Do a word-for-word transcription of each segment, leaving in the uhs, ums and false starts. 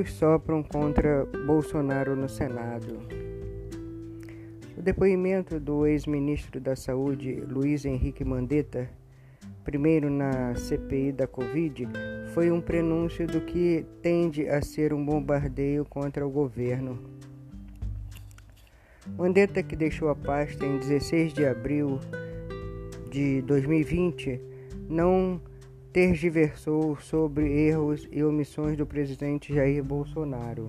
Ventos sopram contra Bolsonaro no Senado. O depoimento do ex-ministro da Saúde, Luiz Henrique Mandetta, primeiro na C P I da Covid, foi um prenúncio do que tende a ser um bombardeio contra o governo. Mandetta, que deixou a pasta em dezesseis de abril de dois mil e vinte, não tergiversou sobre erros e omissões do presidente Jair Bolsonaro.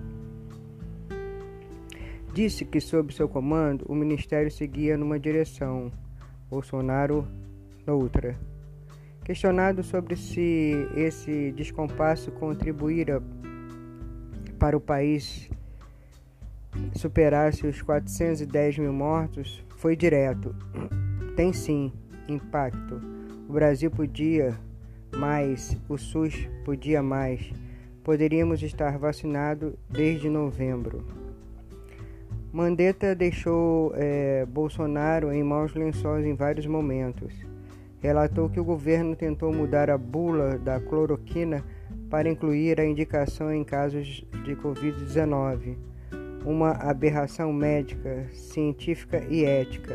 Disse que, sob seu comando, o ministério seguia numa direção, Bolsonaro noutra. Questionado sobre se esse descompasso contribuíra para o país superasse os quatrocentos e dez mil mortos, foi direto. Tem sim impacto. O Brasil podia mais, o SUS podia mais. Poderíamos estar vacinados desde novembro. Mandetta deixou é, Bolsonaro em maus lençóis em vários momentos. Relatou que o governo tentou mudar a bula da cloroquina para incluir a indicação em casos de covid dezenove, uma aberração médica, científica e ética.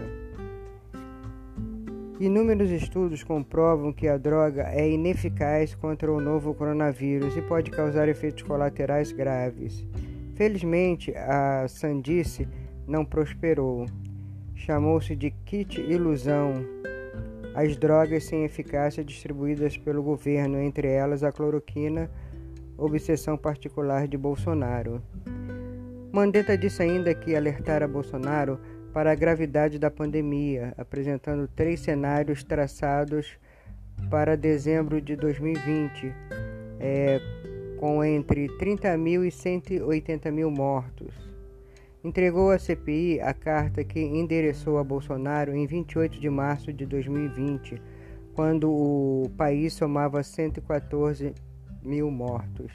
Inúmeros estudos comprovam que a droga é ineficaz contra o novo coronavírus e pode causar efeitos colaterais graves. Felizmente, a sandice não prosperou. Chamou-se de kit ilusão as drogas sem eficácia distribuídas pelo governo, entre elas a cloroquina, obsessão particular de Bolsonaro. Mandetta disse ainda que alertara Bolsonaro para a gravidade da pandemia, apresentando três cenários traçados para dezembro de dois mil e vinte, é, com entre trinta mil e cento e oitenta mil mortos. Entregou à C P I a carta que endereçou a Bolsonaro em vinte e oito de março de dois mil e vinte, quando o país somava cento e quatorze mil mortos.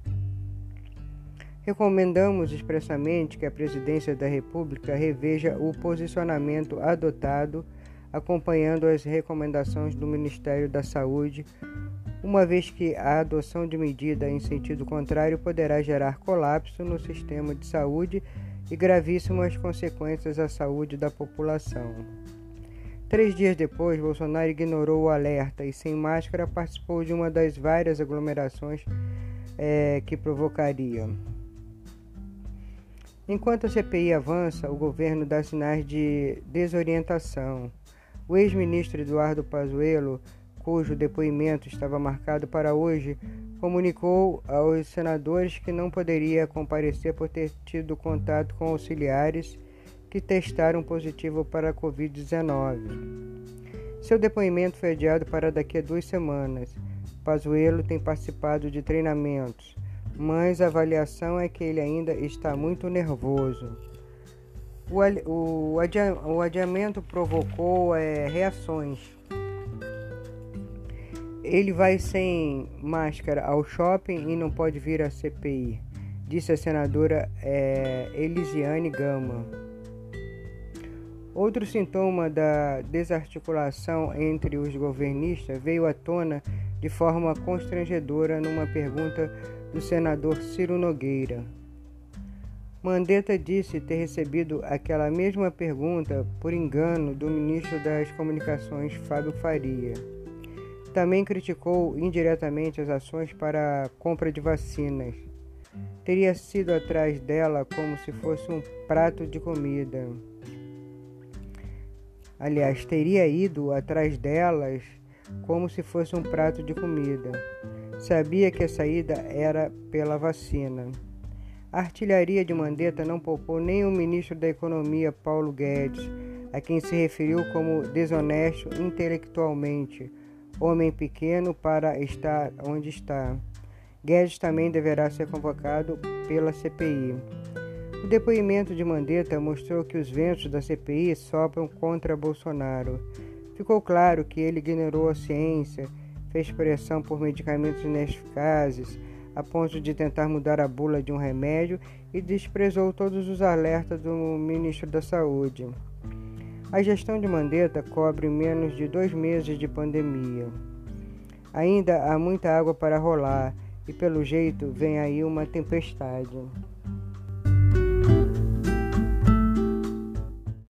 Recomendamos expressamente que a Presidência da República reveja o posicionamento adotado, acompanhando as recomendações do Ministério da Saúde, uma vez que a adoção de medida em sentido contrário poderá gerar colapso no sistema de saúde e gravíssimas consequências à saúde da população. Três dias depois, Bolsonaro ignorou o alerta e, sem máscara, participou de uma das várias aglomerações é, que provocaria. Enquanto a C P I avança, o governo dá sinais de desorientação. O ex-ministro Eduardo Pazuello, cujo depoimento estava marcado para hoje, comunicou aos senadores que não poderia comparecer por ter tido contato com auxiliares que testaram positivo para a covid dezenove. Seu depoimento foi adiado para daqui a duas semanas. Pazuello tem participado de treinamentos, mas a avaliação é que ele ainda está muito nervoso. O, o, adia, o adiamento provocou é, reações. Ele vai sem máscara ao shopping e não pode vir à C P I, disse a senadora é, Elisiane Gama. Outro sintoma da desarticulação entre os governistas veio à tona de forma constrangedora numa pergunta do senador Ciro Nogueira. Mandetta disse ter recebido aquela mesma pergunta por engano do ministro das Comunicações, Fábio Faria. Também criticou indiretamente as ações para a compra de vacinas. Teria sido atrás dela como se fosse um prato de comida. Aliás, teria ido atrás delas como se fosse um prato de comida. Sabia que a saída era pela vacina. A artilharia de Mandetta não poupou nem o ministro da Economia, Paulo Guedes, a quem se referiu como desonesto intelectualmente, homem pequeno para estar onde está. Guedes também deverá ser convocado pela C P I. O depoimento de Mandetta mostrou que os ventos da C P I sopram contra Bolsonaro. Ficou claro que ele ignorou a ciência, fez pressão por medicamentos ineficazes, a ponto de tentar mudar a bula de um remédio e desprezou todos os alertas do ministro da Saúde. A gestão de Mandetta cobre menos de dois meses de pandemia. Ainda há muita água para rolar e pelo jeito vem aí uma tempestade.